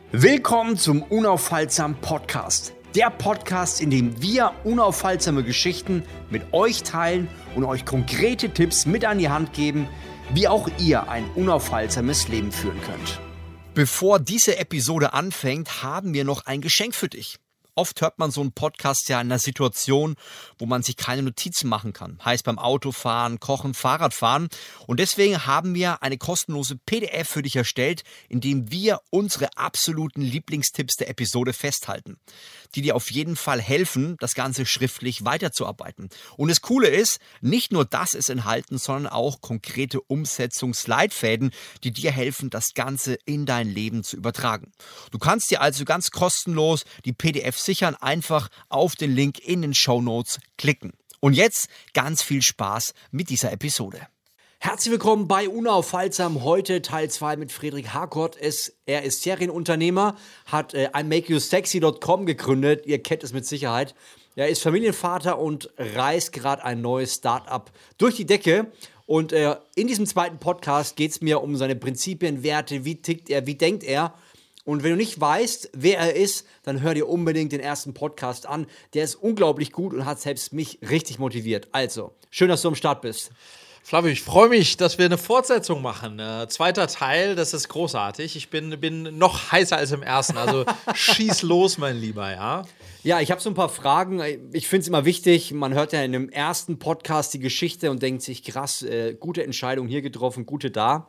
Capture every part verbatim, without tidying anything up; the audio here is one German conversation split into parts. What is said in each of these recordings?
Willkommen zum Unaufhaltsam Podcast. Der Podcast, in dem wir unaufhaltsame Geschichten mit euch teilen und euch konkrete Tipps mit an die Hand geben, wie auch ihr ein unaufhaltsames Leben führen könnt. Bevor diese Episode anfängt, haben wir noch ein Geschenk für dich. Oft hört man so einen Podcast ja in einer Situation, wo man sich keine Notizen machen kann. Heißt beim Autofahren, Kochen, Fahrradfahren. Und deswegen haben wir eine kostenlose P D F für dich erstellt, in dem wir unsere absoluten Lieblingstipps der Episode festhalten, die dir auf jeden Fall helfen, das Ganze schriftlich weiterzuarbeiten. Und das Coole ist, nicht nur das ist enthalten, sondern auch konkrete Umsetzungsleitfäden, die dir helfen, das Ganze in dein Leben zu übertragen. Du kannst dir also ganz kostenlos die P D F sichern, einfach auf den Link in den Shownotes klicken. Und jetzt ganz viel Spaß mit dieser Episode. Herzlich willkommen bei Unaufhaltsam, heute Teil zwei mit Friedrich Harkort. Es, er ist Serienunternehmer, hat äh, I Make You Sexy Punkt com gegründet, ihr kennt es mit Sicherheit. Er ist Familienvater und reißt gerade ein neues Start-up durch die Decke. Und äh, in diesem zweiten Podcast geht es mir um seine Prinzipien, Werte, wie tickt er, wie denkt er. Und wenn du nicht weißt, wer er ist, dann hör dir unbedingt den ersten Podcast an. Der ist unglaublich gut und hat selbst mich richtig motiviert. Also, schön, dass du am Start bist. Flavio, ich freue mich, dass wir eine Fortsetzung machen. Äh, zweiter Teil, das ist großartig. Ich bin, bin noch heißer als im ersten. Also schieß los, mein Lieber, ja. Ja, ich habe so ein paar Fragen. Ich finde es immer wichtig, man hört ja in dem ersten Podcast die Geschichte und denkt sich, krass, äh, gute Entscheidung hier getroffen, gute da.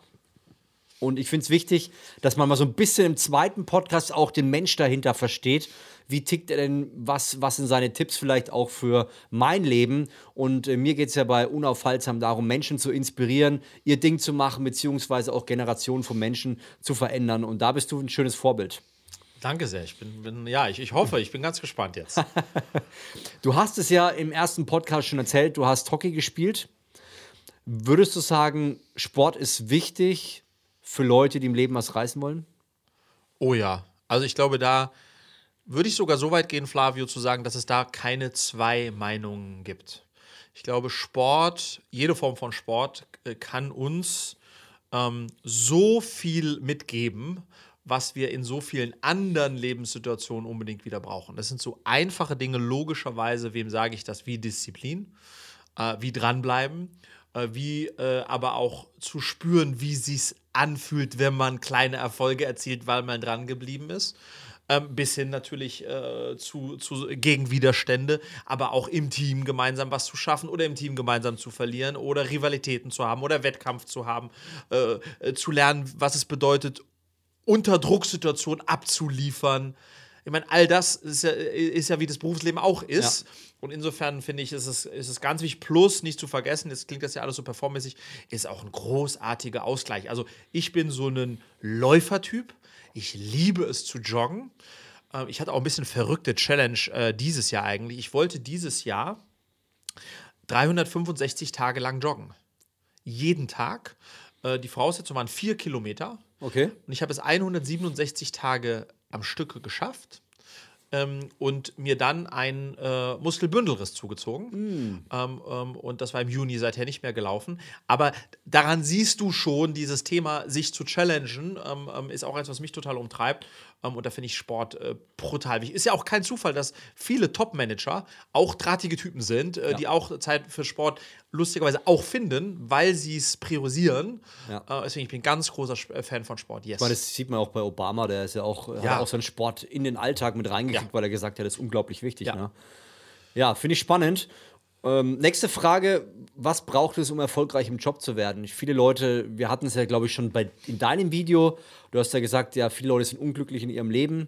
Und ich finde es wichtig, dass man mal so ein bisschen im zweiten Podcast auch den Mensch dahinter versteht. Wie tickt er denn, was, was sind seine Tipps vielleicht auch für mein Leben? Und äh, mir geht es ja bei Unaufhaltsam darum, Menschen zu inspirieren, ihr Ding zu machen, beziehungsweise auch Generationen von Menschen zu verändern. Und da bist du ein schönes Vorbild. Danke sehr. Ich bin, bin ja, ich, ich hoffe, ich bin ganz gespannt jetzt. Du hast es ja im ersten Podcast schon erzählt, du hast Hockey gespielt. Würdest du sagen, Sport ist wichtig für Leute, die im Leben was reißen wollen? Oh ja, also ich glaube, da würde ich sogar so weit gehen, Flavio, zu sagen, dass es da keine zwei Meinungen gibt. Ich glaube, Sport, jede Form von Sport äh, kann uns ähm, so viel mitgeben, was wir in so vielen anderen Lebenssituationen unbedingt wieder brauchen. Das sind so einfache Dinge, logischerweise, wem sage ich das, wie Disziplin, äh, wie dranbleiben, äh, wie äh, aber auch zu spüren, wie sich's anfühlt, wenn man kleine Erfolge erzielt, weil man dran geblieben ist. Ähm, bis hin natürlich äh, zu, zu Gegenwiderstände, aber auch im Team gemeinsam was zu schaffen oder im Team gemeinsam zu verlieren oder Rivalitäten zu haben oder Wettkampf zu haben, äh, äh, zu lernen, was es bedeutet, unter Drucksituationen abzuliefern. Ich meine, all das ist ja, ist ja, wie das Berufsleben auch ist. Ja. Und insofern finde ich, ist es, ist es ganz wichtig. Plus, nicht zu vergessen, jetzt klingt das ja alles so performmäßig, ist auch ein großartiger Ausgleich. Also ich bin so ein Läufertyp. Ich liebe es zu joggen. Ich hatte auch ein bisschen verrückte Challenge äh, dieses Jahr eigentlich. Ich wollte dieses Jahr dreihundertfünfundsechzig Tage lang joggen. Jeden Tag. Äh, die Voraussetzung waren vier Kilometer. Okay. Und ich habe es hundertsiebenundsechzig Tage am Stück geschafft. Ähm, und mir dann ein äh, Muskelbündelriss zugezogen. Mm. Ähm, ähm, und das war im Juni seither nicht mehr gelaufen. Aber daran siehst du schon, dieses Thema, sich zu challengen, ähm, ähm, ist auch eins, was mich total umtreibt. Ähm, und da finde ich Sport äh, brutal wichtig. Ist ja auch kein Zufall, dass viele Top-Manager auch drahtige Typen sind, äh, ja. die auch Zeit für Sport lustigerweise auch finden, weil sie es priorisieren. Ja. Äh, deswegen, ich bin ein ganz großer Fan von Sport, yes. Ich meine, das sieht man auch bei Obama, der ist ja auch, ja. hat auch seinen Sport in den Alltag mit reingekriegt, ja. weil er gesagt hat, das ist unglaublich wichtig. Ja, ne? Ja, finde ich spannend. Ähm, nächste Frage, was braucht es, um erfolgreich im Job zu werden? Viele Leute, wir hatten es ja, glaube ich, schon bei, in deinem Video, du hast ja gesagt, ja, viele Leute sind unglücklich in ihrem Leben.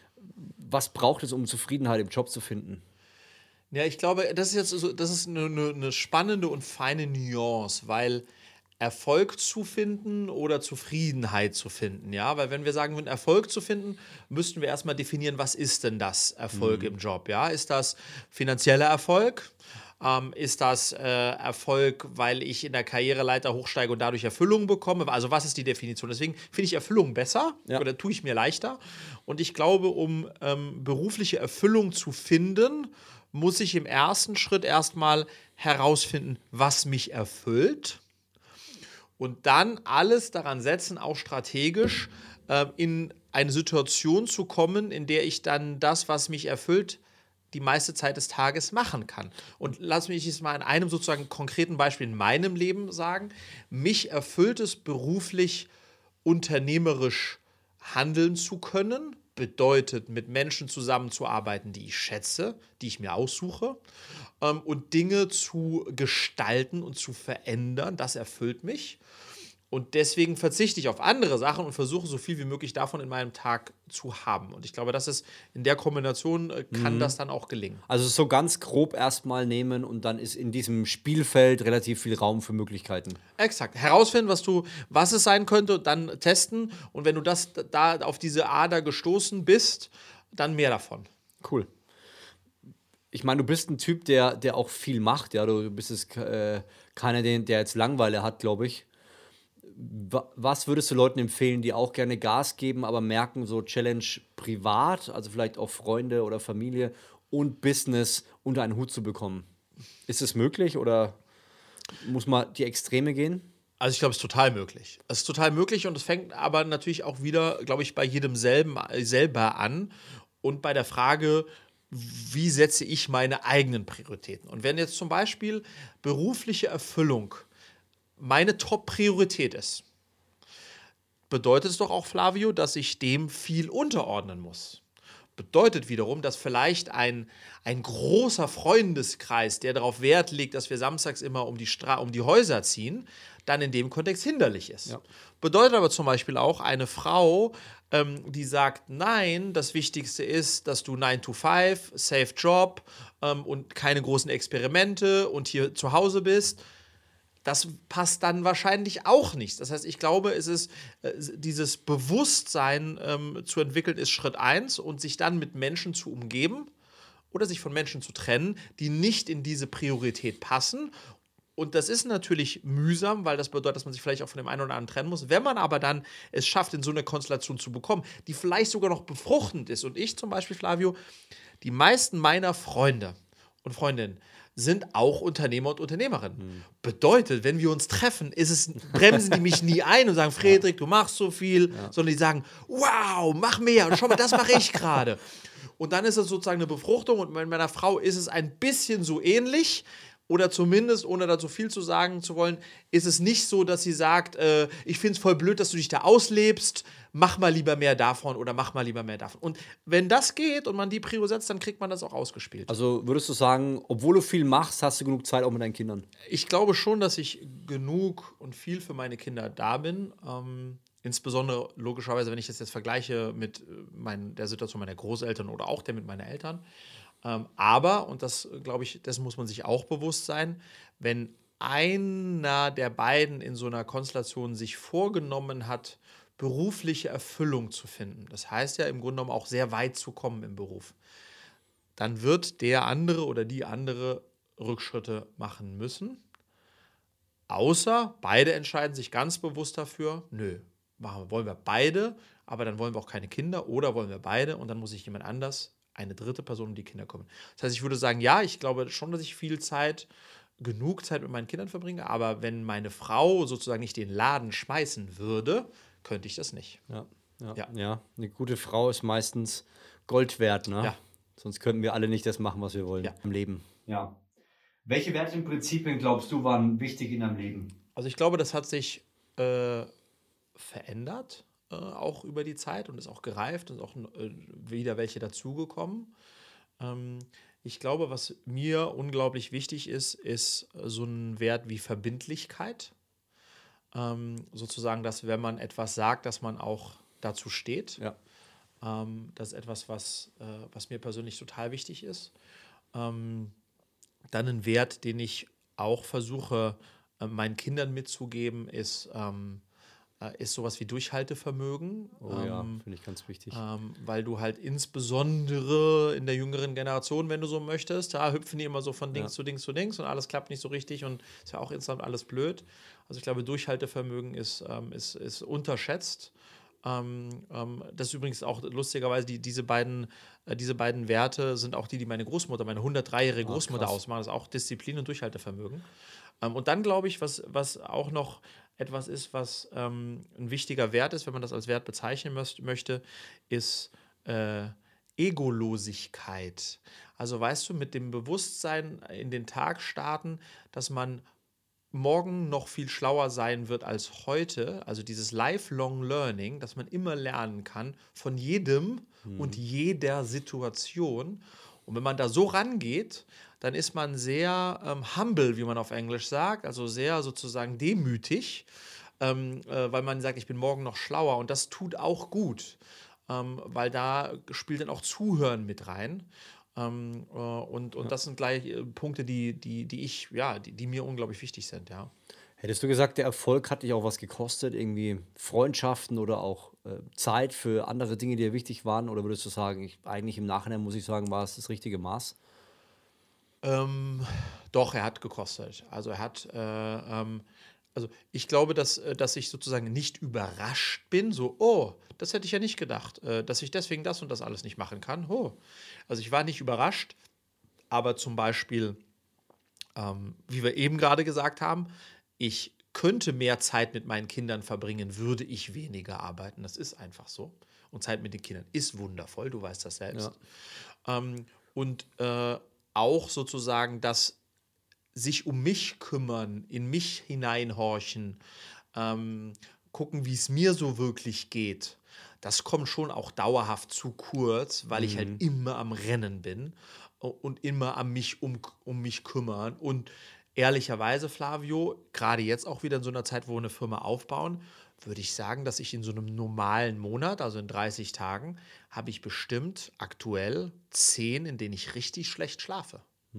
Was braucht es, um Zufriedenheit im Job zu finden? Ja, ich glaube, das ist jetzt so, das ist eine, eine, eine spannende und feine Nuance, weil Erfolg zu finden oder Zufriedenheit zu finden, ja, weil wenn wir sagen würden, Erfolg zu finden, müssten wir erstmal definieren, was ist denn das Erfolg mhm. im Job, ja, ist das finanzieller Erfolg? Ähm, ist das äh, Erfolg, weil ich in der Karriereleiter hochsteige und dadurch Erfüllung bekomme? Also was ist die Definition? Deswegen finde ich Erfüllung besser ja. oder tue ich mir leichter. Und ich glaube, um ähm, berufliche Erfüllung zu finden, muss ich im ersten Schritt erstmal herausfinden, was mich erfüllt. Und dann alles daran setzen, auch strategisch äh, in eine Situation zu kommen, in der ich dann das, was mich erfüllt, die meiste Zeit des Tages machen kann. Und lass mich jetzt mal an einem sozusagen konkreten Beispiel in meinem Leben sagen. Mich erfüllt es beruflich, unternehmerisch handeln zu können. Bedeutet, mit Menschen zusammenzuarbeiten, die ich schätze, die ich mir aussuche. Ähm, und Dinge zu gestalten und zu verändern. Das erfüllt mich. Und deswegen verzichte ich auf andere Sachen und versuche so viel wie möglich davon in meinem Tag zu haben. Und ich glaube, das ist in der Kombination äh, kann mhm. das dann auch gelingen. Also so ganz grob erstmal nehmen und dann ist in diesem Spielfeld relativ viel Raum für Möglichkeiten. Exakt. Herausfinden, was du, was es sein könnte, dann testen. Und wenn du das da auf diese Ader gestoßen bist, dann mehr davon. Cool. Ich meine, du bist ein Typ, der, der auch viel macht. Ja, du bist es äh, keiner, der jetzt Langeweile hat, glaube ich. Was würdest du Leuten empfehlen, die auch gerne Gas geben, aber merken, so Challenge privat, also vielleicht auch Freunde oder Familie und Business unter einen Hut zu bekommen? Ist es möglich oder muss man die Extreme gehen? Also ich glaube, es ist total möglich. Es ist total möglich und es fängt aber natürlich auch wieder, glaube ich, bei jedem selben, selber an und bei der Frage, wie setze ich meine eigenen Prioritäten? Und wenn jetzt zum Beispiel berufliche Erfüllung meine Top-Priorität ist, bedeutet es doch auch, Flavio, dass ich dem viel unterordnen muss. Bedeutet wiederum, dass vielleicht ein, ein großer Freundeskreis, der darauf Wert legt, dass wir samstags immer um die, Stra- um die Häuser ziehen, dann in dem Kontext hinderlich ist. Ja. Bedeutet aber zum Beispiel auch eine Frau, ähm, die sagt, nein, das Wichtigste ist, dass du nine to five, safe Job ähm, und keine großen Experimente und hier zu Hause bist. Das passt dann wahrscheinlich auch nicht. Das heißt, ich glaube, es ist äh, dieses Bewusstsein ähm, zu entwickeln, ist Schritt eins und sich dann mit Menschen zu umgeben oder sich von Menschen zu trennen, die nicht in diese Priorität passen. Und das ist natürlich mühsam, weil das bedeutet, dass man sich vielleicht auch von dem einen oder anderen trennen muss. Wenn man aber dann es schafft, in so eine Konstellation zu bekommen, die vielleicht sogar noch befruchtend ist. Und ich zum Beispiel, Flavio, die meisten meiner Freunde und Freundinnen sind auch Unternehmer und Unternehmerinnen. Hm. Bedeutet, wenn wir uns treffen, ist es, bremsen die mich nie ein und sagen, Frederik, du machst so viel, ja. sondern die sagen, wow, mach mehr und schau mal, das mache ich gerade. Und dann ist es sozusagen eine Befruchtung und mit meiner Frau ist es ein bisschen so ähnlich. Oder zumindest, ohne dazu viel zu sagen zu wollen, ist es nicht so, dass sie sagt, äh, ich finde es voll blöd, dass du dich da auslebst, mach mal lieber mehr davon oder mach mal lieber mehr davon. Und wenn das geht und man die Prio setzt, dann kriegt man das auch ausgespielt. Also würdest du sagen, obwohl du viel machst, hast du genug Zeit auch mit deinen Kindern? Ich glaube schon, dass ich genug und viel für meine Kinder da bin. Ähm, insbesondere logischerweise, wenn ich das jetzt vergleiche mit mein, der Situation meiner Großeltern oder auch der mit meinen Eltern. Ähm, aber, und das glaube ich, dessen muss man sich auch bewusst sein, wenn einer der beiden in so einer Konstellation sich vorgenommen hat, berufliche Erfüllung zu finden, das heißt ja im Grunde genommen auch sehr weit zu kommen im Beruf, dann wird der andere oder die andere Rückschritte machen müssen. Außer beide entscheiden sich ganz bewusst dafür, nö, machen, wollen wir beide, aber dann wollen wir auch keine Kinder oder wollen wir beide und dann muss sich jemand anders, eine dritte Person, um die Kinder kümmern. Das heißt, ich würde sagen, ja, ich glaube schon, dass ich viel Zeit, genug Zeit mit meinen Kindern verbringe, aber wenn meine Frau sozusagen nicht den Laden schmeißen würde, könnte ich das nicht. Ja, ja, ja. ja. Eine gute Frau ist meistens Gold wert, ne? Ja. Sonst könnten wir alle nicht das machen, was wir wollen ja. im Leben. Ja. Welche Werte und Prinzipien, glaubst du, waren wichtig in deinem Leben? Also ich glaube, das hat sich äh, verändert, äh, auch über die Zeit und ist auch gereift und ist auch äh, wieder welche dazugekommen. Ähm, ich glaube, was mir unglaublich wichtig ist, ist so ein Wert wie Verbindlichkeit. Ähm, sozusagen, dass wenn man etwas sagt, dass man auch dazu steht. Ja. Ähm, das ist etwas, was, äh, was mir persönlich total wichtig ist. Ähm, dann ein Wert, den ich auch versuche, äh, meinen Kindern mitzugeben, ist, ähm, äh, ist sowas wie Durchhaltevermögen. Oh ähm, ja, finde ich ganz wichtig. Ähm, weil du halt insbesondere in der jüngeren Generation, wenn du so möchtest, da hüpfen die immer so von Dings ja. zu Dings zu Dings und alles klappt nicht so richtig und ist ja auch insgesamt alles blöd. Also ich glaube, Durchhaltevermögen ist, ähm, ist, ist unterschätzt. Ähm, ähm, das ist übrigens auch lustigerweise, die, diese, beiden, äh, diese beiden Werte sind auch die, die meine Großmutter, meine hundertdreijährige Großmutter ah, ausmachen. Das ist auch Disziplin und Durchhaltevermögen. Ähm, und dann glaube ich, was, was auch noch etwas ist, was ähm, ein wichtiger Wert ist, wenn man das als Wert bezeichnen möcht- möchte, ist äh, Egolosigkeit. Also weißt du, mit dem Bewusstsein in den Tag starten, dass man morgen noch viel schlauer sein wird als heute, also dieses Lifelong Learning, dass man immer lernen kann von jedem und jeder Situation. Und wenn man da so rangeht, dann ist man sehr ähm, humble, wie man auf Englisch sagt, also sehr sozusagen demütig, ähm, äh, weil man sagt, ich bin morgen noch schlauer. Und das tut auch gut, ähm, weil da spielt dann auch Zuhören mit rein. Ähm, äh, und, und das sind gleich äh, Punkte, die, die, die ich, ja, die, die mir unglaublich wichtig sind, ja. Hättest du gesagt, der Erfolg hat dich auch was gekostet, irgendwie Freundschaften oder auch äh, Zeit für andere Dinge, die dir wichtig waren? Oder würdest du sagen, ich, eigentlich im Nachhinein muss ich sagen, war es das richtige Maß? Ähm, doch, er hat gekostet. Also er hat, äh, ähm, also ich glaube, dass, äh, dass ich sozusagen nicht überrascht bin, so, oh, das hätte ich ja nicht gedacht, äh, dass ich deswegen das und das alles nicht machen kann. Oh. Also ich war nicht überrascht, aber zum Beispiel, ähm, wie wir eben gerade gesagt haben, ich könnte mehr Zeit mit meinen Kindern verbringen, würde ich weniger arbeiten. Das ist einfach so. Und Zeit mit den Kindern ist wundervoll, du weißt das selbst. Ähm, und äh, auch sozusagen das sich um mich kümmern, in mich hineinhorchen, ähm, gucken, wie es mir so wirklich geht. Das kommt schon auch dauerhaft zu kurz, weil ich halt immer am Rennen bin und immer am mich um, um mich kümmern. Und ehrlicherweise, Flavio, gerade jetzt auch wieder in so einer Zeit, wo wir eine Firma aufbauen, würde ich sagen, dass ich in so einem normalen Monat, also in dreißig Tagen, habe ich bestimmt aktuell zehn, in denen ich richtig schlecht schlafe.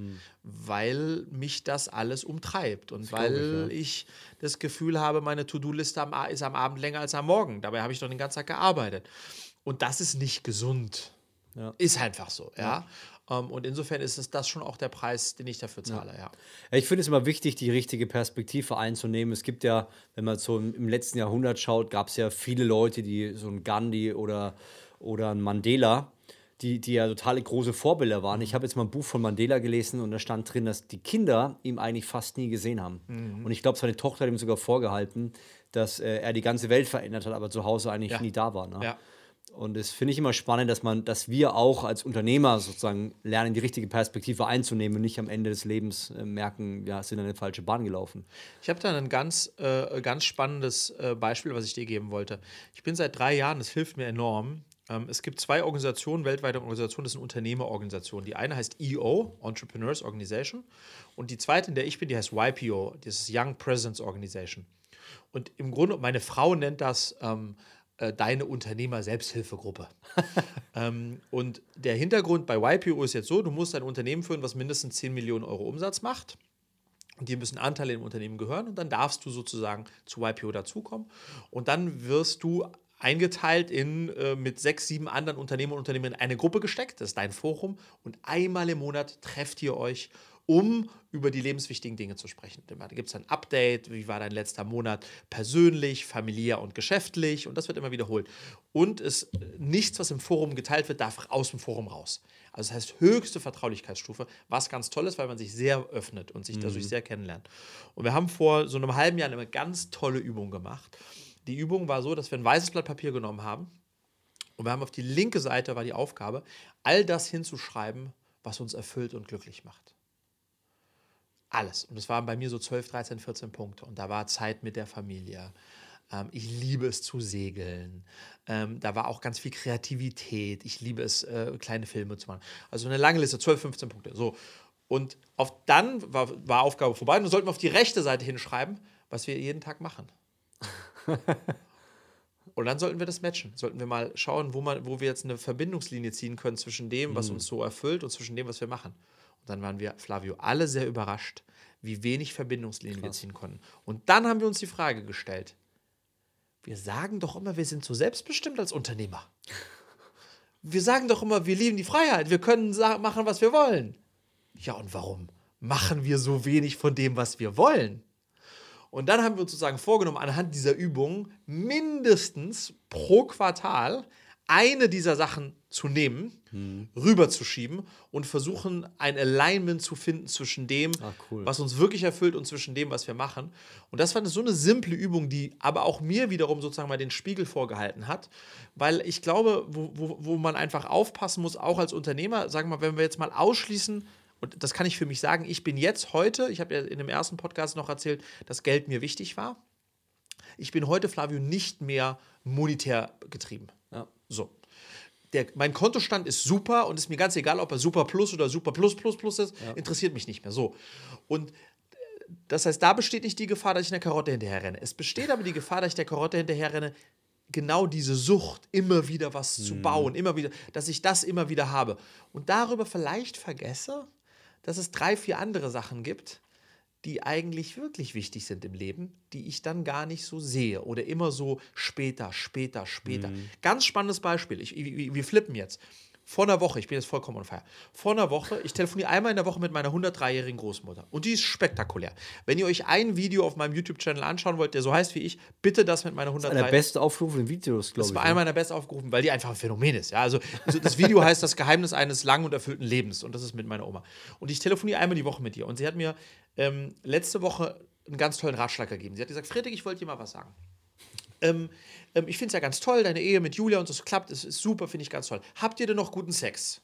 Weil mich das alles umtreibt und glaub weil ich, ja. ich das Gefühl habe, meine To-Do-Liste am, A- ist am Abend länger als am Morgen. Dabei habe ich doch den ganzen Tag gearbeitet. Und das ist nicht gesund. Ja. Ist einfach so, ja. Ähm, und insofern ist es das schon auch der Preis, den ich dafür zahle, ja. Ja, ich finde es immer wichtig, die richtige Perspektive einzunehmen. Es gibt ja, wenn man so im, im letzten Jahrhundert schaut, gab es ja viele Leute, die so ein Gandhi oder, oder ein Mandela, die, die ja totale große Vorbilder waren. Ich habe jetzt mal ein Buch von Mandela gelesen und da stand drin, dass die Kinder ihn eigentlich fast nie gesehen haben. Und ich glaube, seine Tochter hat ihm sogar vorgehalten, dass äh, er die ganze Welt verändert hat, aber zu Hause eigentlich Ja. nie da war. Ne? Ja. Und das finde ich immer spannend, dass man, dass wir auch als Unternehmer sozusagen lernen, die richtige Perspektive einzunehmen und nicht am Ende des Lebens äh, merken, ja, sind in eine falsche Bahn gelaufen. Ich habe da ein ganz, äh, ganz spannendes äh, Beispiel, was ich dir geben wollte. Ich bin seit drei Jahren, das hilft mir enorm. Ähm, es gibt zwei Organisationen, weltweite Organisationen, das sind Unternehmerorganisationen. Die eine heißt E O, Entrepreneurs Organization, und die zweite, in der ich bin, die heißt Y P O, das ist Young Presidents Organization. Und im Grunde, meine Frau nennt das ähm, äh, deine Unternehmer-Selbsthilfegruppe. ähm, und der Hintergrund bei Y P O ist jetzt so, du musst ein Unternehmen führen, was mindestens zehn Millionen Euro Umsatz macht. Und dir müssen Anteile im Unternehmen gehören und dann darfst du sozusagen zu Y P O dazukommen. Und dann wirst du eingeteilt in äh, mit sechs, sieben anderen Unternehmen und Unternehmen in eine Gruppe gesteckt. Das ist dein Forum. Und einmal im Monat trefft ihr euch, um über die lebenswichtigen Dinge zu sprechen. Da gibt es ein Update, wie war dein letzter Monat persönlich, familiär und geschäftlich. Und das wird immer wiederholt. Und es, nichts, was im Forum geteilt wird, darf aus dem Forum raus. Also das heißt höchste Vertraulichkeitsstufe, was ganz toll ist, weil man sich sehr öffnet und sich dadurch sehr kennenlernt. Und wir haben vor so einem halben Jahr eine ganz tolle Übung gemacht. Die Übung war so, dass wir ein weißes Blatt Papier genommen haben und wir haben auf die linke Seite war die Aufgabe, all das hinzuschreiben, was uns erfüllt und glücklich macht. Alles. Und es waren bei mir so zwölf, dreizehn, vierzehn Punkte. Und da war Zeit mit der Familie. Ähm, ich liebe es zu segeln. Ähm, da war auch ganz viel Kreativität. Ich liebe es, äh, kleine Filme zu machen. Also eine lange Liste, zwölf, fünfzehn Punkte. So. Und auf, dann war, war Aufgabe vorbei. Und dann sollten wir auf die rechte Seite hinschreiben, was wir jeden Tag machen. Und dann sollten wir das matchen. Sollten wir mal schauen, wo, man, wo wir jetzt eine Verbindungslinie ziehen können zwischen dem, was uns so erfüllt und zwischen dem, was wir machen. Und dann waren wir, Flavio, alle sehr überrascht, wie wenig Verbindungslinien wir ziehen konnten. Und dann haben wir uns die Frage gestellt, wir sagen doch immer, wir sind so selbstbestimmt als Unternehmer. Wir sagen doch immer, wir lieben die Freiheit, wir können machen, was wir wollen. Ja, und warum machen wir so wenig von dem, was wir wollen? Und dann haben wir uns sozusagen vorgenommen, anhand dieser Übung mindestens pro Quartal eine dieser Sachen zu nehmen, hm. rüberzuschieben und versuchen, ein Alignment zu finden zwischen dem, ah, cool. was uns wirklich erfüllt und zwischen dem, was wir machen. Und das war so eine simple Übung, die aber auch mir wiederum sozusagen mal den Spiegel vorgehalten hat, weil ich glaube, wo, wo, wo man einfach aufpassen muss, auch als Unternehmer, sagen wir mal, wenn wir jetzt mal ausschließen, und das kann ich für mich sagen, ich bin jetzt heute, ich habe ja in dem ersten Podcast noch erzählt, dass Geld mir wichtig war. Ich bin heute, Flavio, nicht mehr monetär getrieben. Ja. So. Der, mein Kontostand ist super und ist mir ganz egal, ob er Super Plus oder Super Plus Plus Plus ist, ja. interessiert mich nicht mehr. So. Und das heißt, da besteht nicht die Gefahr, dass ich einer Karotte hinterher renne. Es besteht aber die Gefahr, dass ich der Karotte hinterher renne, genau diese Sucht, immer wieder was hm. zu bauen, immer wieder, dass ich das immer wieder habe. Und darüber vielleicht vergesse, dass es drei, vier andere Sachen gibt, die eigentlich wirklich wichtig sind im Leben, die ich dann gar nicht so sehe oder immer so später, später, später. Mhm. Ganz spannendes Beispiel. Ich, wir, wir flippen jetzt. Vor einer Woche, ich bin jetzt vollkommen on fire, vor einer Woche, ich telefoniere einmal in der Woche mit meiner hundertdreijährigen Großmutter. Und die ist spektakulär. Wenn ihr euch ein Video auf meinem YouTube-Channel anschauen wollt, der so heißt wie ich, bitte das mit meiner hundertdrei. Das ist einer best aufgerufenen Videos, glaube ich. Das war einer meiner best aufgerufen, weil die einfach ein Phänomen ist. Ja? Also, also das Video heißt Das Geheimnis eines langen und erfüllten Lebens. Und das ist mit meiner Oma. Und ich telefoniere einmal die Woche mit ihr. Und sie hat mir ähm, letzte Woche einen ganz tollen Ratschlag gegeben. Sie hat gesagt, Friedrich, ich wollte dir mal was sagen. Ähm, ähm, ich finde es ja ganz toll, deine Ehe mit Julia und so klappt, es ist super, finde ich ganz toll. Habt ihr denn noch guten Sex?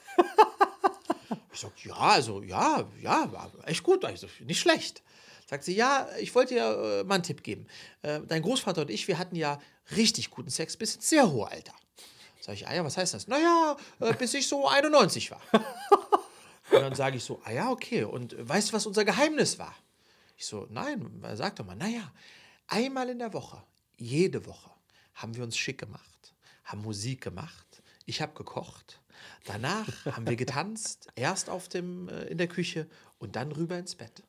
Ich sag, ja, also, ja, ja, war echt gut, also, nicht schlecht. Sagt sie, ja, ich wollte dir äh, mal einen Tipp geben. Äh, dein Großvater und ich, wir hatten ja richtig guten Sex bis ins sehr hohe Alter. Sag ich, ah ja, was heißt das? Naja, äh, bis ich so einundneunzig war. Und dann sage ich so, ah ja, okay, und weißt du, was unser Geheimnis war? Ich so, nein, sag doch mal, naja, einmal in der Woche, jede Woche, haben wir uns schick gemacht, haben Musik gemacht, ich habe gekocht, danach haben wir getanzt, erst auf dem, äh, in der Küche und dann rüber ins Bett.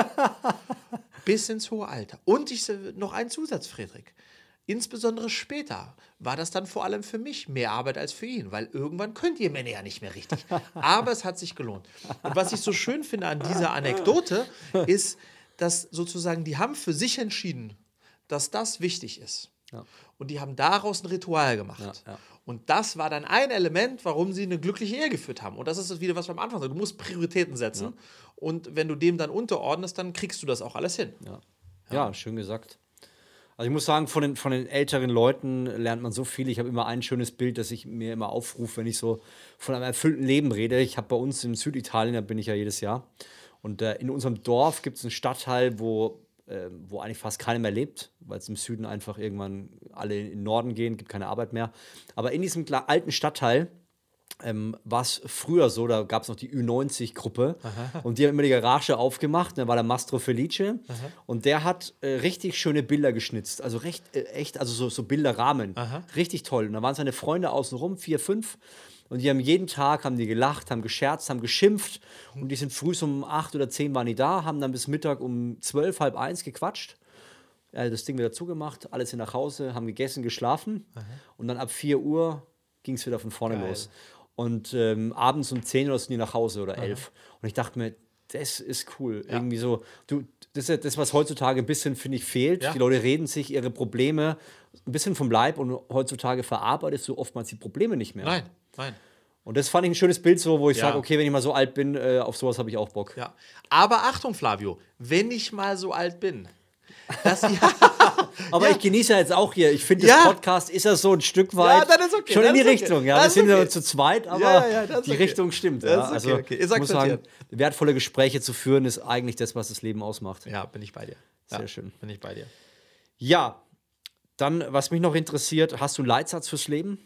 Bis ins hohe Alter. Und ich noch ein Zusatz, Friedrich. Insbesondere später war das dann vor allem für mich mehr Arbeit als für ihn, weil irgendwann könnt ihr Männer ja nicht mehr richtig. Aber es hat sich gelohnt. Und was ich so schön finde an dieser Anekdote, ist, dass sozusagen die haben für sich entschieden, dass das wichtig ist. Ja. Und die haben daraus ein Ritual gemacht. Ja, ja. Und das war dann ein Element, warum sie eine glückliche Ehe geführt haben. Und das ist wieder, was wir am Anfang sagen. Du musst Prioritäten setzen. Ja. Und wenn du dem dann unterordnest, dann kriegst du das auch alles hin. Ja, ja. ja schön gesagt. Also ich muss sagen, von den, von den älteren Leuten lernt man so viel. Ich habe immer ein schönes Bild, das ich mir immer aufrufe, wenn ich so von einem erfüllten Leben rede. Ich habe bei uns in Süditalien, da bin ich ja jedes Jahr. Und äh, in unserem Dorf gibt es einen Stadtteil, wo Äh, wo eigentlich fast keiner mehr lebt, weil es im Süden einfach irgendwann alle in den Norden gehen, gibt keine Arbeit mehr. Aber in diesem alten Stadtteil ähm, war es früher so, da gab es noch die Ü neunzig Gruppe und die haben immer die Garage aufgemacht, da war der Mastro Felice Aha. und der hat äh, richtig schöne Bilder geschnitzt, also recht, äh, echt, also so, so Bilderrahmen, Aha. richtig toll. Und da waren seine Freunde außenrum, vier, fünf, und die haben jeden Tag, haben die gelacht, haben gescherzt, haben geschimpft. Und die sind früh um acht oder zehn waren die da, haben dann bis Mittag um zwölf, halb eins gequatscht. Äh, das Ding wieder zugemacht, alle sind nach Hause, haben gegessen, geschlafen. Aha. Und dann ab vier Uhr ging es wieder von vorne Geil. los. Und ähm, abends um zehn Uhr sind die nach Hause oder elf. Aha. Und ich dachte mir, das ist cool. Ja. Irgendwie so, du, das ist das, was heutzutage ein bisschen, finde ich, fehlt. Ja. Die Leute reden sich ihre Probleme ein bisschen vom Leib und heutzutage verarbeitest du oftmals die Probleme nicht mehr. Nein. Nein. Und das fand ich ein schönes Bild, so, wo ich ja. sage, okay, wenn ich mal so alt bin, äh, auf sowas habe ich auch Bock. Ja. Aber Achtung, Flavio, wenn ich mal so alt bin. Das, ja. Aber ja. ich genieße ja jetzt auch hier. Ich finde, das ja. Podcast ist ja so ein Stück weit ja, ist okay, schon in die Richtung. Okay. Ja, wir sind okay. zu zweit, aber ja, die okay. Richtung stimmt. Ja. Also okay, okay. Ich muss sagen, wertvolle Gespräche zu führen, ist eigentlich das, was das Leben ausmacht. Ja, bin ich bei dir. Sehr ja, schön. Bin ich bei dir. Ja, dann, was mich noch interessiert, hast du einen Leitsatz fürs Leben?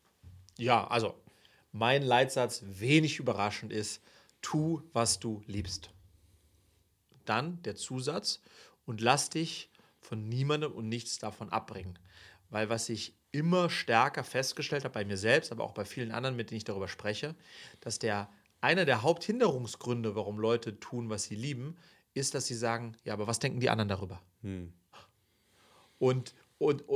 Ja, also mein Leitsatz, wenig überraschend, ist, tu, was du liebst. Dann der Zusatz, und lass dich von niemandem und nichts davon abbringen. Weil was ich immer stärker festgestellt habe, bei mir selbst, aber auch bei vielen anderen, mit denen ich darüber spreche, dass der, einer der Haupthinderungsgründe, warum Leute tun, was sie lieben, ist, dass sie sagen, ja, aber was denken die anderen darüber? Hm. Und, und, und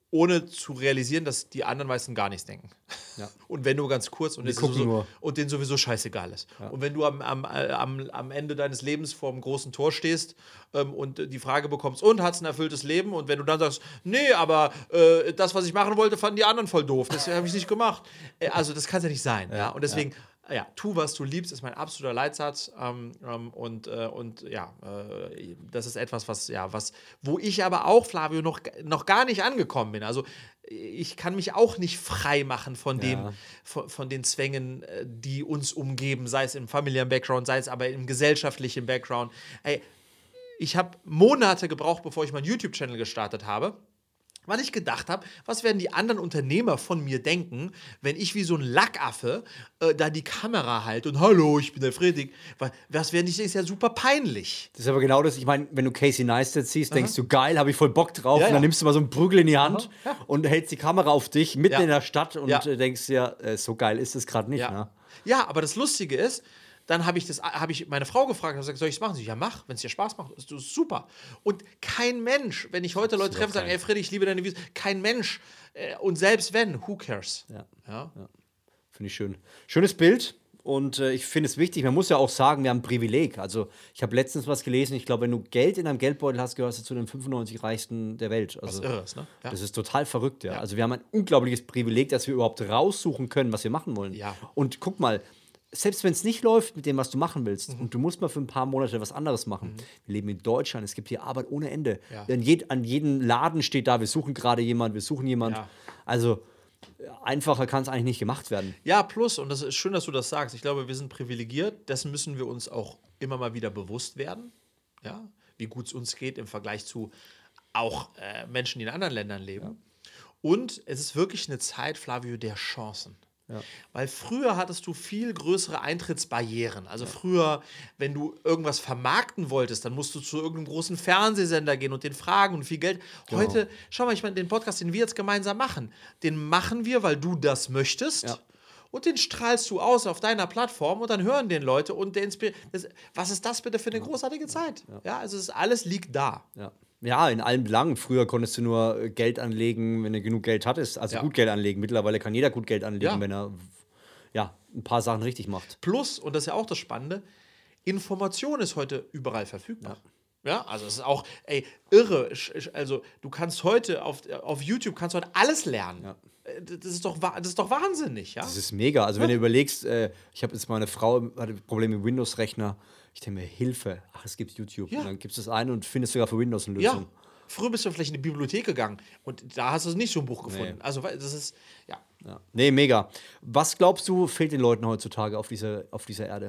ohne zu realisieren, dass die anderen meisten gar nichts denken. Ja. Und wenn nur ganz kurz und, Die es gucken sowieso, nur. und denen sowieso scheißegal ist. Ja. Und wenn du am, am, am, am Ende deines Lebens vor einem großen Tor stehst ähm, und die Frage bekommst, und hat's ein erfülltes Leben? Und wenn du dann sagst, nee, aber äh, das, was ich machen wollte, fanden die anderen voll doof. Das habe ich nicht gemacht. Äh, also das kann es ja nicht sein. Ja? Und deswegen, ja. ja, tu, was du liebst, ist mein absoluter Leitsatz. Ähm, ähm, und, äh, und ja, äh, das ist etwas, was, ja, was, wo ich aber auch, Flavio, noch, noch gar nicht angekommen bin. Also ich kann mich auch nicht frei machen von dem, Ja. von, von den Zwängen, äh, die uns umgeben, sei es im familiären Background, sei es aber im gesellschaftlichen Background. Ey, ich habe Monate gebraucht, bevor ich meinen YouTube-Channel gestartet habe, weil ich gedacht habe, was werden die anderen Unternehmer von mir denken, wenn ich wie so ein Lackaffe äh, da die Kamera halte und hallo, ich bin der Friedrich. Weil, was werden die, ist ja super peinlich. Das ist aber genau das, ich meine, wenn du Casey Neistat siehst, denkst du, geil, habe ich voll Bock drauf. Ja, und dann ja. nimmst du mal so einen Prügel in die Hand Aha, ja. und hältst die Kamera auf dich, mitten Ja. in der Stadt und Ja. äh, denkst dir, äh, so geil ist es gerade nicht. Ja. Ne? Ja, aber das Lustige ist, dann habe ich, das- hab ich meine Frau gefragt, habe gesagt, soll ich es machen? Sie, ja, mach, wenn es dir Spaß macht, ist das super. Und kein Mensch, wenn ich heute Leute treffe, sagen, ey Friedrich, ich liebe deine Videos, kein Mensch, äh, und selbst wenn, who cares? Ja. Ja? Finde ich schön. Schönes Bild. Und äh, ich finde es wichtig, man muss ja auch sagen, wir haben ein Privileg. Also ich habe letztens was gelesen, ich glaube, wenn du Geld in deinem Geldbeutel hast, gehörst du zu den fünfundneunzig Reichsten der Welt. Also, Was Irres, ne? Ja. Das ist total verrückt, ja. Also wir haben ein unglaubliches Privileg, dass wir überhaupt raussuchen können, was wir machen wollen. Ja. Und guck mal, selbst wenn es nicht läuft mit dem, was du machen willst, Mhm. und du musst mal für ein paar Monate was anderes machen. Wir leben in Deutschland, es gibt hier Arbeit ohne Ende. Ja. An, jed an jedem Laden steht da, wir suchen gerade jemanden, wir suchen jemanden. Ja. Also einfacher kann es eigentlich nicht gemacht werden. Ja, plus, und das ist schön, dass du das sagst, ich glaube, wir sind privilegiert, dessen müssen wir uns auch immer mal wieder bewusst werden, ja, wie gut es uns geht im Vergleich zu auch äh, Menschen, die in anderen Ländern leben. Und es ist wirklich eine Zeit, Flavio, der Chancen. Ja. Weil früher hattest du viel größere Eintrittsbarrieren. Also früher, wenn du irgendwas vermarkten wolltest, dann musst du zu irgendeinem großen Fernsehsender gehen und den fragen und viel Geld. Genau. Heute, schau mal, ich meine, den Podcast, den wir jetzt gemeinsam machen, den machen wir, weil du das möchtest. Ja. Und den strahlst du aus auf deiner Plattform und dann hören den Leute und der inspiriert. Das, was ist das bitte für eine großartige Zeit? Ja, also es ist, alles liegt da. Ja. Ja, in allen Belangen. Früher konntest du nur äh, Geld anlegen, wenn du genug Geld hattest. Also Ja. gut Geld anlegen. Mittlerweile kann jeder gut Geld anlegen, Ja. wenn er ja, ein paar Sachen richtig macht. Plus, und das ist ja auch das Spannende, Information ist heute überall verfügbar. Ja, also es ist auch, ey, irre. Sch- Also du kannst heute auf, auf YouTube kannst du heute alles lernen. Ja. Äh, Das ist doch, wa- das ist doch wahnsinnig, ja? Das ist mega. Also wenn du überlegst, äh, ich habe jetzt meine Frau hatte Probleme mit Windows-Rechner. Ich denke mir, Hilfe. Ach, es gibt YouTube. Ja. Und dann gibst du es ein und findest sogar für Windows eine Ja. Lösung. Früher bist du vielleicht in die Bibliothek gegangen und da hast du nicht so ein Buch gefunden. Nee. Also weil- das ist, ja. Ja. Nee, mega. Was glaubst du, fehlt den Leuten heutzutage auf dieser, auf dieser Erde?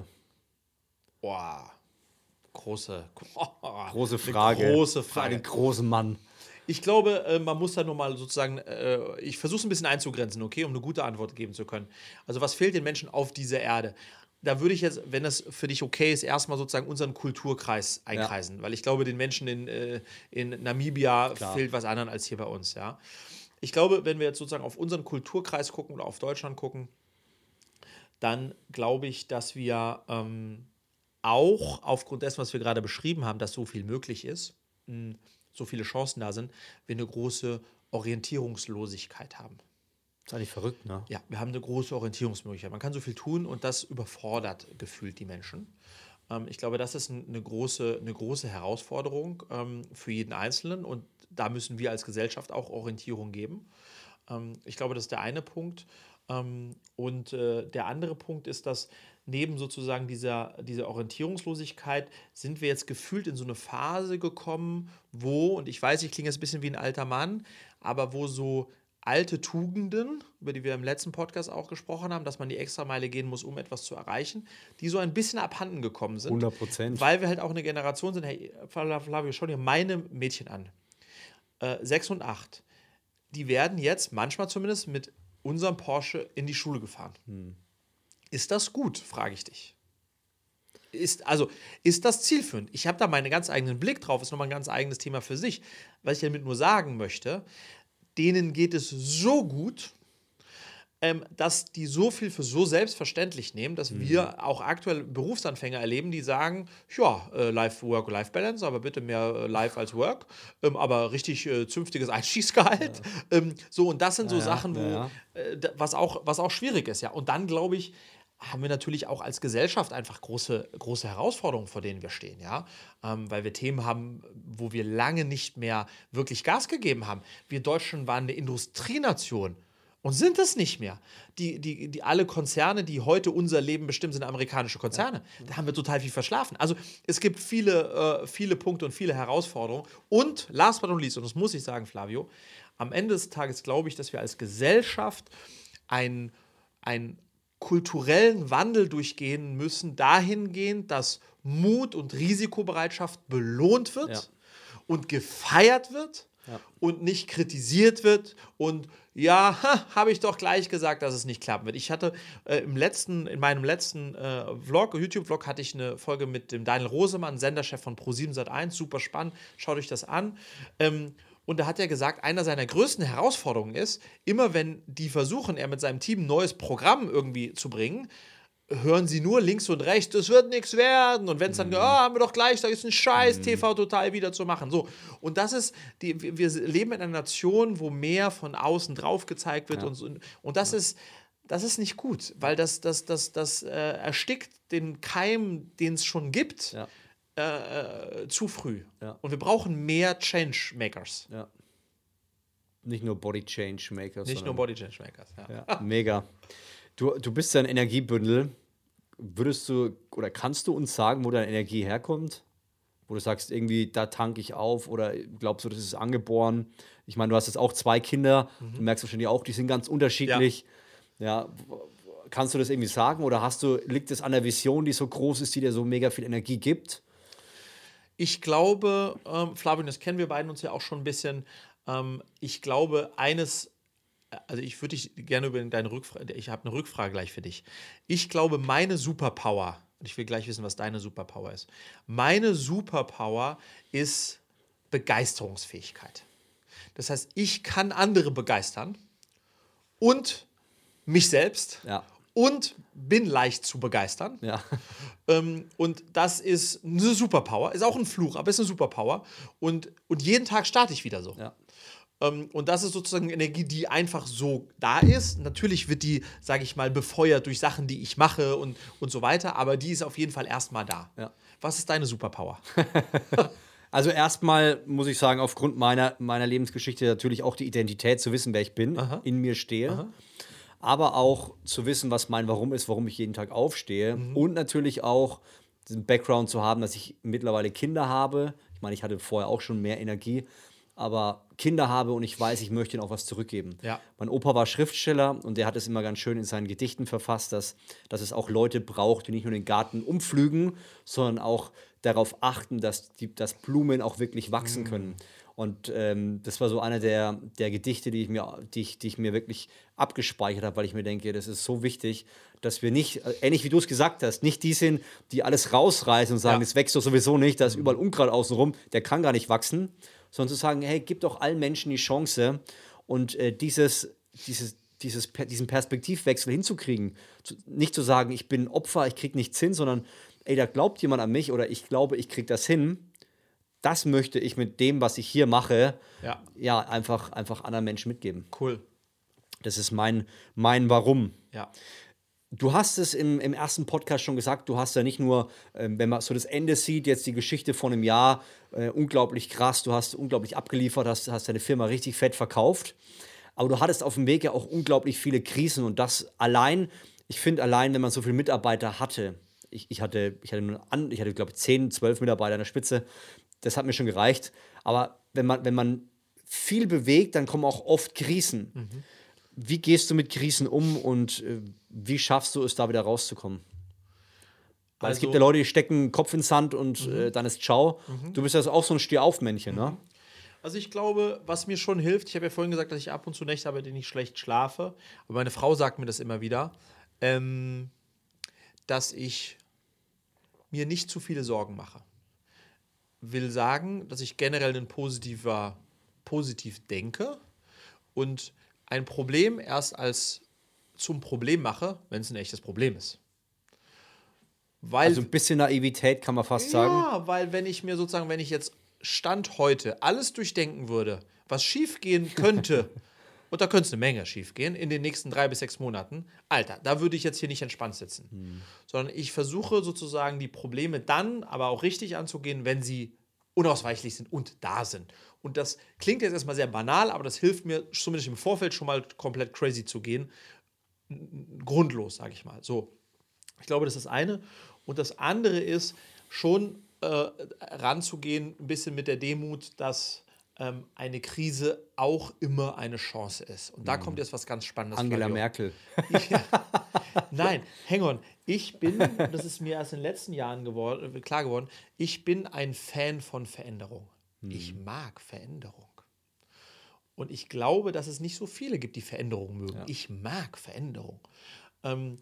Boah. Große, Große Frage. Eine große Für Frage. einen großen Mann. Ich glaube, äh, man muss da nur mal sozusagen, äh, ich versuche es ein bisschen einzugrenzen, okay, um eine gute Antwort geben zu können. Also was fehlt den Menschen auf dieser Erde? Da würde ich jetzt, wenn das für dich okay ist, erstmal sozusagen unseren Kulturkreis einkreisen, weil ich glaube, den Menschen in, äh, in Namibia Klar. fehlt was anderes als hier bei uns, ja. Ich glaube, wenn wir jetzt sozusagen auf unseren Kulturkreis gucken oder auf Deutschland gucken, dann glaube ich, dass wir ähm, auch aufgrund dessen, was wir gerade beschrieben haben, dass so viel möglich ist, mh, so viele Chancen da sind, wir eine große Orientierungslosigkeit haben. Das ist eigentlich verrückt, ne? Ja, wir haben eine große Orientierungsmöglichkeit. Man kann so viel tun und das überfordert gefühlt die Menschen. Ähm, ich glaube, das ist ein- eine große, eine große Herausforderung ähm, für jeden Einzelnen und da müssen wir als Gesellschaft auch Orientierung geben. Ähm, ich glaube, das ist der eine Punkt. Ähm, und äh, der andere Punkt ist, dass neben sozusagen dieser, dieser Orientierungslosigkeit sind wir jetzt gefühlt in so eine Phase gekommen, wo, und ich weiß, ich klinge jetzt ein bisschen wie ein alter Mann, aber wo so alte Tugenden, über die wir im letzten Podcast auch gesprochen haben, dass man die Extrameile gehen muss, um etwas zu erreichen, die so ein bisschen abhanden gekommen sind. hundert Prozent. Weil wir halt auch eine Generation sind, hey, Flavio, schau dir meine Mädchen an. Äh, sechs und acht. Die werden jetzt manchmal zumindest mit unserem Porsche in die Schule gefahren. Ist das gut, frage ich dich. Ist, also, ist das zielführend? Ich habe da meinen ganz eigenen Blick drauf, ist nochmal ein ganz eigenes Thema für sich. Was ich damit nur sagen möchte, denen geht es so gut, ähm, dass die so viel für so selbstverständlich nehmen, dass Mhm. wir auch aktuell Berufsanfänger erleben, die sagen, ja, äh, Life-Work-Life-Balance, aber bitte mehr äh, Life als Work, ähm, aber richtig äh, zünftiges Einstiegsgehalt. Ähm, so, und das sind so Ja, Sachen, ja, wo, ja. äh, da- was, auch, was auch schwierig ist, ja. Und dann, glaube ich, haben wir natürlich auch als Gesellschaft einfach große, große Herausforderungen, vor denen wir stehen, ja. Ähm, weil wir Themen haben, wo wir lange nicht mehr wirklich Gas gegeben haben. Wir Deutschen waren eine Industrienation und sind es nicht mehr. Die, die, die, alle Konzerne, die heute unser Leben bestimmen, sind amerikanische Konzerne. Da haben wir total viel verschlafen. Also es gibt viele, äh, viele Punkte und viele Herausforderungen. Und last but not least, und das muss ich sagen, Flavio, am Ende des Tages glaube ich, dass wir als Gesellschaft ein, ein kulturellen Wandel durchgehen müssen, dahingehend, dass Mut und Risikobereitschaft belohnt wird Ja. und gefeiert wird Ja. und nicht kritisiert wird und ja, habe ich doch gleich gesagt, dass es nicht klappen wird. Ich hatte äh, im letzten, in meinem letzten äh, Vlog, YouTube-Vlog, hatte ich eine Folge mit dem Daniel Rosemann, Senderchef von ProSieben Sat eins, super spannend, schaut euch das an. Ähm, und da hat er gesagt, einer seiner größten Herausforderungen ist, immer wenn die versuchen, er mit seinem Team ein neues Programm irgendwie zu bringen, hören sie nur links und rechts, das wird nichts werden. Und wenn es dann, ah, haben wir doch gleich, da ist ein Scheiß, T V total wieder zu machen. So. Und das ist, die, wir wir leben in einer Nation, wo mehr von außen drauf gezeigt wird. Ja. Und, so. Und das ist, das ist nicht gut, weil das, das, das, das äh, erstickt den Keim, den es schon gibt, Ja. äh, äh, zu früh. Ja. Und wir brauchen mehr Changemakers. Ja. Nicht nur Body Change Makers. Nicht nur Body Changemakers. Ja. Ja, mega. Du, du bist ja ein Energiebündel. Würdest du oder kannst du uns sagen, wo deine Energie herkommt? Wo du sagst, irgendwie, da tanke ich auf oder glaubst du, das ist angeboren? Ich meine, du hast jetzt auch zwei Kinder. Du merkst wahrscheinlich auch, die sind ganz unterschiedlich. Ja. Kannst du das irgendwie sagen oder hast du, liegt es an der Vision, die so groß ist, die dir so mega viel Energie gibt? Ich glaube, ähm, Flavio, das kennen wir beiden uns ja auch schon ein bisschen. Ähm, ich glaube, eines, also ich würde dich gerne über deine Rückfrage, ich habe eine Rückfrage gleich für dich. Ich glaube, meine Superpower, und ich will gleich wissen, was deine Superpower ist. Meine Superpower ist Begeisterungsfähigkeit. Das heißt, ich kann andere begeistern und mich selbst Ja. und bin leicht zu begeistern. Ja. Ähm, und das ist eine Superpower. Ist auch ein Fluch, aber ist eine Superpower. Und, und jeden Tag starte ich wieder so. Ja. Ähm, und das ist sozusagen Energie, die einfach so da ist. Natürlich wird die, sage ich mal, befeuert durch Sachen, die ich mache und, und so weiter. Aber die ist auf jeden Fall erstmal da. Ja. Was ist deine Superpower? Also erstmal muss ich sagen, aufgrund meiner, meiner Lebensgeschichte natürlich auch die Identität, zu wissen, wer ich bin, Aha. in mir stehe. Aha. Aber auch zu wissen, was mein Warum ist, warum ich jeden Tag aufstehe. Und natürlich auch diesen Background zu haben, dass ich mittlerweile Kinder habe. Ich meine, ich hatte vorher auch schon mehr Energie, aber Kinder habe und ich weiß, ich möchte ihnen auch was zurückgeben. Ja. Mein Opa war Schriftsteller und der hat es immer ganz schön in seinen Gedichten verfasst, dass, dass es auch Leute braucht, die nicht nur den Garten umpflügen, sondern auch darauf achten, dass, die, dass Blumen auch wirklich wachsen können. Und ähm, das war so einer der, der Gedichte, die ich, mir, die, ich, die ich mir wirklich abgespeichert habe, weil ich mir denke, das ist so wichtig, dass wir nicht, äh, ähnlich wie du es gesagt hast, nicht die sind, die alles rausreißen und sagen, Ja. das wächst doch sowieso nicht, da ist überall Unkraut außenrum, der kann gar nicht wachsen, sondern zu sagen, hey, gib doch allen Menschen die Chance und äh, dieses, dieses, dieses, diesen Perspektivwechsel hinzukriegen. Zu, nicht zu sagen, ich bin Opfer, ich krieg nichts hin, sondern ey, da glaubt jemand an mich oder ich glaube, ich krieg das hin. Das möchte ich mit dem, was ich hier mache, Ja. ja, einfach, einfach anderen Menschen mitgeben. Cool. Das ist mein, mein Warum. Ja. Du hast es im, im ersten Podcast schon gesagt, du hast ja nicht nur, ähm, wenn man so das Ende sieht, jetzt die Geschichte von einem Jahr, äh, unglaublich krass, du hast unglaublich abgeliefert, hast, hast deine Firma richtig fett verkauft, aber du hattest auf dem Weg ja auch unglaublich viele Krisen und das allein, ich finde allein, wenn man so viele Mitarbeiter hatte, ich, ich hatte, ich hatte, nur an, ich hatte glaube ich, zehn, zwölf Mitarbeiter an der Spitze, das hat mir schon gereicht, aber wenn man, wenn man viel bewegt, dann kommen auch oft Krisen. Mhm. Wie gehst du mit Krisen um und äh, wie schaffst du es, da wieder rauszukommen? Weil Also, es gibt ja Leute, die stecken den Kopf ins Sand und mhm. äh, dann ist ciao. Mhm. Du bist ja also auch so ein Stehaufmännchen, mhm. ne? Also ich glaube, was mir schon hilft, ich habe ja vorhin gesagt, dass ich ab und zu Nächte habe, in denen ich schlecht schlafe, aber meine Frau sagt mir das immer wieder, ähm, dass ich mir nicht zu viele Sorgen mache. Will sagen, dass ich generell ein positiver, positiv denke und ein Problem erst als zum Problem mache, wenn es ein echtes Problem ist. Weil, also ein bisschen Naivität kann man fast sagen. Ja, weil wenn ich mir sozusagen, wenn ich jetzt Stand heute alles durchdenken würde, was schief gehen könnte, und da könnte es eine Menge schief gehen in den nächsten drei bis sechs Monaten, Alter, da würde ich jetzt hier nicht entspannt sitzen. Hm. Sondern ich versuche sozusagen die Probleme dann aber auch richtig anzugehen, wenn sie unausweichlich sind und da sind. Und das klingt jetzt erstmal sehr banal, aber das hilft mir zumindest im Vorfeld schon mal komplett crazy zu gehen. Grundlos, sage ich mal. So, ich glaube, das ist das eine. Und das andere ist, schon äh, ranzugehen, ein bisschen mit der Demut, dass ähm, eine Krise auch immer eine Chance ist. Und da mhm. kommt jetzt was ganz Spannendes. Angela Flavio. Merkel. Ja. Nein, hang on. Ich bin, das ist mir erst in den letzten Jahren geworden, klar geworden, ich bin ein Fan von Veränderung. Mhm. Ich mag Veränderung. Und ich glaube, dass es nicht so viele gibt, die Veränderung mögen. Ja. Ich mag Veränderung. Ähm,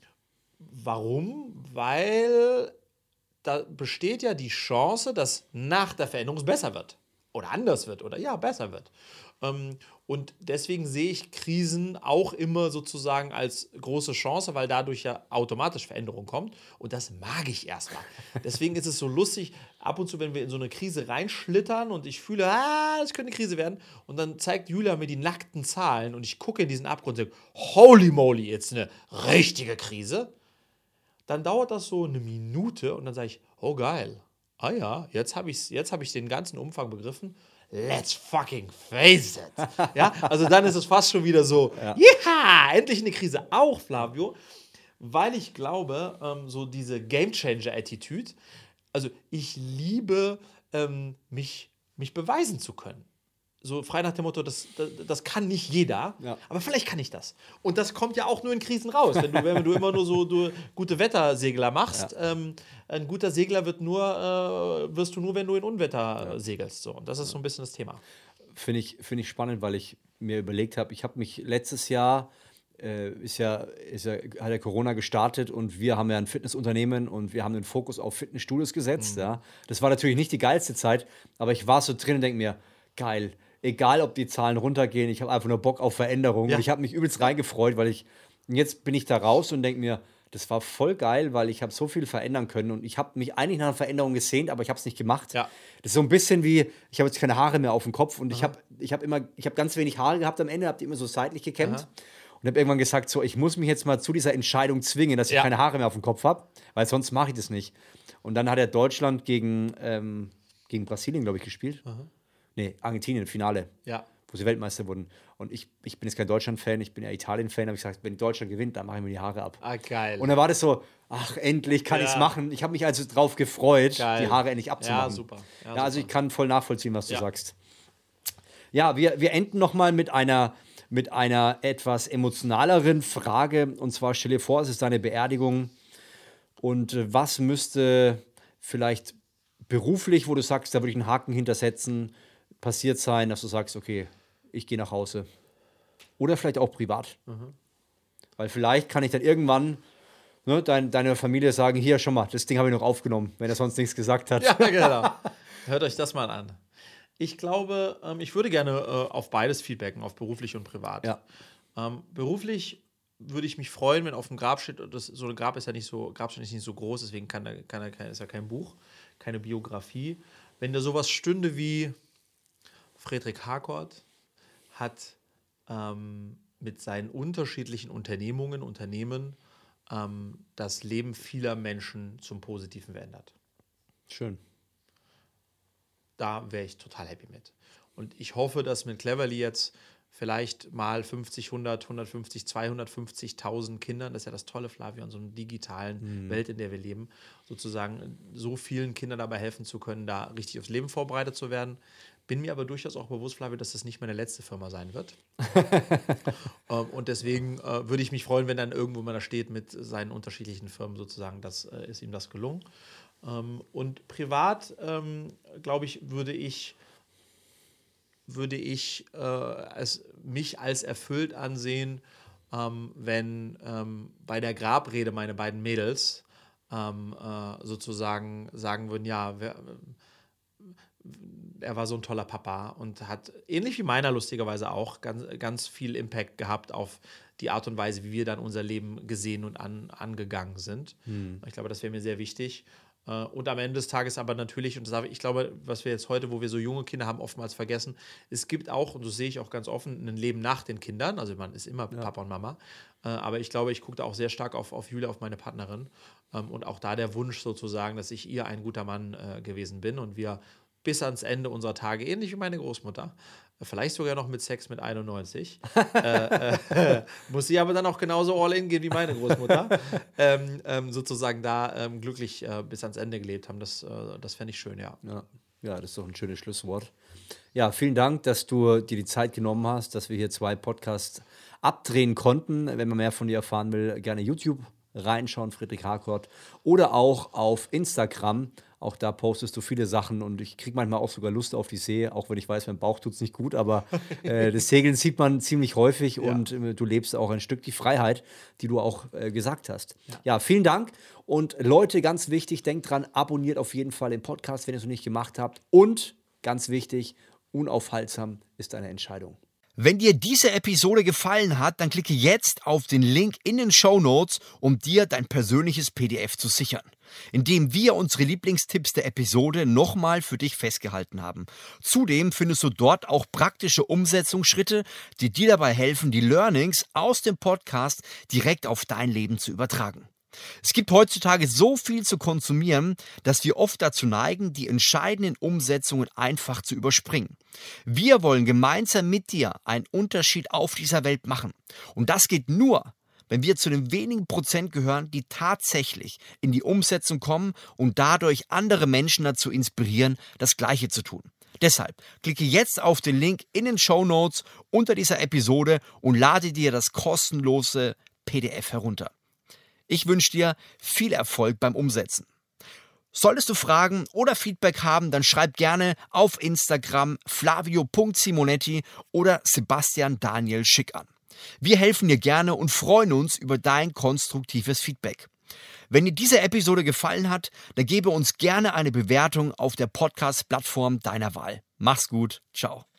warum? Weil da besteht ja die Chance, dass nach der Veränderung es besser wird. Oder anders wird. Oder ja, besser wird. Ähm, und deswegen sehe ich Krisen auch immer sozusagen als große Chance, weil dadurch ja automatisch Veränderung kommt. Und das mag ich erstmal. Deswegen ist es so lustig, ab und zu, wenn wir in so eine Krise reinschlittern und ich fühle, ah, das könnte eine Krise werden. Und dann zeigt Julia mir die nackten Zahlen und ich gucke in diesen Abgrund und sage, holy moly, jetzt eine richtige Krise. Dann dauert das so eine Minute und dann sage ich, oh geil. Ah ja, jetzt habe ich jetzt hab ich den ganzen Umfang begriffen. Let's fucking face it. Ja, also dann ist es fast schon wieder so, ja, yeah, endlich eine Krise. Auch, Flavio, weil ich glaube, ähm, so diese Game-Changer-Attitude, also ich liebe, ähm, mich, mich beweisen zu können. So frei nach dem Motto, das, das, das kann nicht jeder, ja, aber vielleicht kann ich das. Und das kommt ja auch nur in Krisen raus. Wenn du, wenn du immer nur so du, gute Wettersegler machst, ja, ähm, ein guter Segler wird nur, äh, wirst du nur, wenn du in Unwetter ja. segelst. So. Und das ist so ein bisschen das Thema. Finde ich, find ich spannend, weil ich mir überlegt habe, ich habe mich letztes Jahr, äh, ist ja, ist ja, hat ja Corona gestartet und wir haben ja ein Fitnessunternehmen und wir haben den Fokus auf Fitnessstudios gesetzt. Mhm. Ja. Das war natürlich nicht die geilste Zeit, aber ich war so drin und denke mir, geil, egal ob die Zahlen runtergehen, ich habe einfach nur Bock auf Veränderung. Ja. Und ich habe mich übelst reingefreut, weil ich, jetzt bin ich da raus und denke mir, das war voll geil, weil ich habe so viel verändern können und ich habe mich eigentlich nach einer Veränderung gesehnt, aber ich habe es nicht gemacht. Ja. Das ist so ein bisschen wie, ich habe jetzt keine Haare mehr auf dem Kopf und Aha. ich habe ich hab immer, ich habe ganz wenig Haare gehabt am Ende, habe die immer so seitlich gekämmt. Aha. Und habe irgendwann gesagt, so, ich muss mich jetzt mal zu dieser Entscheidung zwingen, dass ich ja. keine Haare mehr auf dem Kopf habe, weil sonst mache ich das nicht. Und dann hat er Deutschland gegen, ähm, gegen Brasilien, glaube ich, gespielt. Aha. Nee, Argentinien, Finale, ja, wo sie Weltmeister wurden. Und ich, ich bin jetzt kein Deutschland-Fan, ich bin ja Italien-Fan. habe ich gesagt, wenn Deutschland gewinnt, dann mache ich mir die Haare ab. Ah, geil. Und dann war das so, ach, endlich kann ja. ich es machen. Ich habe mich also drauf gefreut, geil. die Haare endlich abzumachen. Ja, super. Ja, ja, also super. Ich kann voll nachvollziehen, was du ja. sagst. Ja, wir, wir enden nochmal mit einer, mit einer etwas emotionaleren Frage. Und zwar, stell dir vor, es ist deine Beerdigung. Und äh, was müsste vielleicht beruflich, wo du sagst, da würde ich einen Haken hintersetzen, passiert sein, dass du sagst, okay, ich gehe nach Hause. Oder vielleicht auch privat. Mhm. Weil vielleicht kann ich dann irgendwann ne, dein, deiner Familie sagen, hier, schon mal, das Ding habe ich noch aufgenommen, wenn er sonst nichts gesagt hat. Ja, genau. Hört euch das mal an. Ich glaube, ähm, ich würde gerne äh, auf beides feedbacken, auf beruflich und privat. Ja. Ähm, beruflich würde ich mich freuen, wenn auf dem Grab steht, das, so ein Grab ist ja nicht so, Grabstein ist nicht so groß, deswegen kann, kann, kann, ist ja kein Buch, keine Biografie. Wenn da sowas stünde wie Friedrich Harcourt hat ähm, mit seinen unterschiedlichen Unternehmungen, Unternehmen ähm, das Leben vieler Menschen zum Positiven verändert. Schön. Da wäre ich total happy mit. Und ich hoffe, dass mit Cleverly jetzt vielleicht mal fünfzig, hundert, hundertfünfzig, zweihundertfünfzigtausend Kindern, das ist ja das Tolle, Flavio, an so einer digitalen mhm. Welt, in der wir leben, sozusagen so vielen Kindern dabei helfen zu können, da richtig aufs Leben vorbereitet zu werden. Bin mir aber durchaus auch bewusst, Flavio, dass das nicht meine letzte Firma sein wird. ähm, und deswegen äh, würde ich mich freuen, wenn dann irgendwo mal da steht mit seinen unterschiedlichen Firmen sozusagen, dass äh, ist ihm das gelungen. Ähm, und privat, ähm, glaube ich, würde ich würde ich äh, es, mich als erfüllt ansehen, ähm, wenn ähm, bei der Grabrede meine beiden Mädels ähm, äh, sozusagen sagen würden, ja, wer, er war so ein toller Papa und hat, ähnlich wie meiner lustigerweise auch, ganz, ganz viel Impact gehabt auf die Art und Weise, wie wir dann unser Leben gesehen und an, angegangen sind. Hm. Ich glaube, das wäre mir sehr wichtig. Und am Ende des Tages aber natürlich, und das habe ich, ich glaube, was wir jetzt heute, wo wir so junge Kinder haben, oftmals vergessen, es gibt auch, und das sehe ich auch ganz offen, ein Leben nach den Kindern. Also man ist immer ja. Papa und Mama. Aber ich glaube, ich gucke da auch sehr stark auf, auf Julia, auf meine Partnerin. Und auch da der Wunsch sozusagen, dass ich ihr ein guter Mann gewesen bin und wir bis ans Ende unserer Tage, ähnlich wie meine Großmutter, vielleicht sogar noch mit Sex mit einundneunzig, äh, äh, muss sie aber dann auch genauso all in gehen wie meine Großmutter, ähm, ähm, sozusagen da ähm, glücklich äh, bis ans Ende gelebt haben. Das, äh, das fände ich schön, ja. ja. Ja, das ist doch ein schönes Schlusswort. Ja, vielen Dank, dass du dir die Zeit genommen hast, dass wir hier zwei Podcasts abdrehen konnten. Wenn man mehr von dir erfahren will, gerne YouTube reinschauen, Friedrich Harcourt, oder auch auf Instagram. Auch da postest du viele Sachen und ich kriege manchmal auch sogar Lust auf die See, auch wenn ich weiß, mein Bauch tut es nicht gut, aber äh, das Segeln sieht man ziemlich häufig ja. und äh, du lebst auch ein Stück die Freiheit, die du auch äh, gesagt hast. Ja. ja, vielen Dank und Leute, ganz wichtig, denkt dran, abonniert auf jeden Fall den Podcast, wenn ihr es noch nicht gemacht habt und ganz wichtig, unaufhaltsam ist eine Entscheidung. Wenn dir diese Episode gefallen hat, dann klicke jetzt auf den Link in den Shownotes, um dir dein persönliches P D F zu sichern, in dem wir unsere Lieblingstipps der Episode nochmal für dich festgehalten haben. Zudem findest du dort auch praktische Umsetzungsschritte, die dir dabei helfen, die Learnings aus dem Podcast direkt auf dein Leben zu übertragen. Es gibt heutzutage so viel zu konsumieren, dass wir oft dazu neigen, die entscheidenden Umsetzungen einfach zu überspringen. Wir wollen gemeinsam mit dir einen Unterschied auf dieser Welt machen. Und das geht nur, wenn wir zu den wenigen Prozent gehören, die tatsächlich in die Umsetzung kommen und dadurch andere Menschen dazu inspirieren, das Gleiche zu tun. Deshalb klicke jetzt auf den Link in den Shownotes unter dieser Episode und lade dir das kostenlose P D F herunter. Ich wünsche dir viel Erfolg beim Umsetzen. Solltest du Fragen oder Feedback haben, dann schreib gerne auf Instagram flavio punkt simonetti oder Sebastian Daniel Schick an. Wir helfen dir gerne und freuen uns über dein konstruktives Feedback. Wenn dir diese Episode gefallen hat, dann gebe uns gerne eine Bewertung auf der Podcast-Plattform deiner Wahl. Mach's gut, ciao.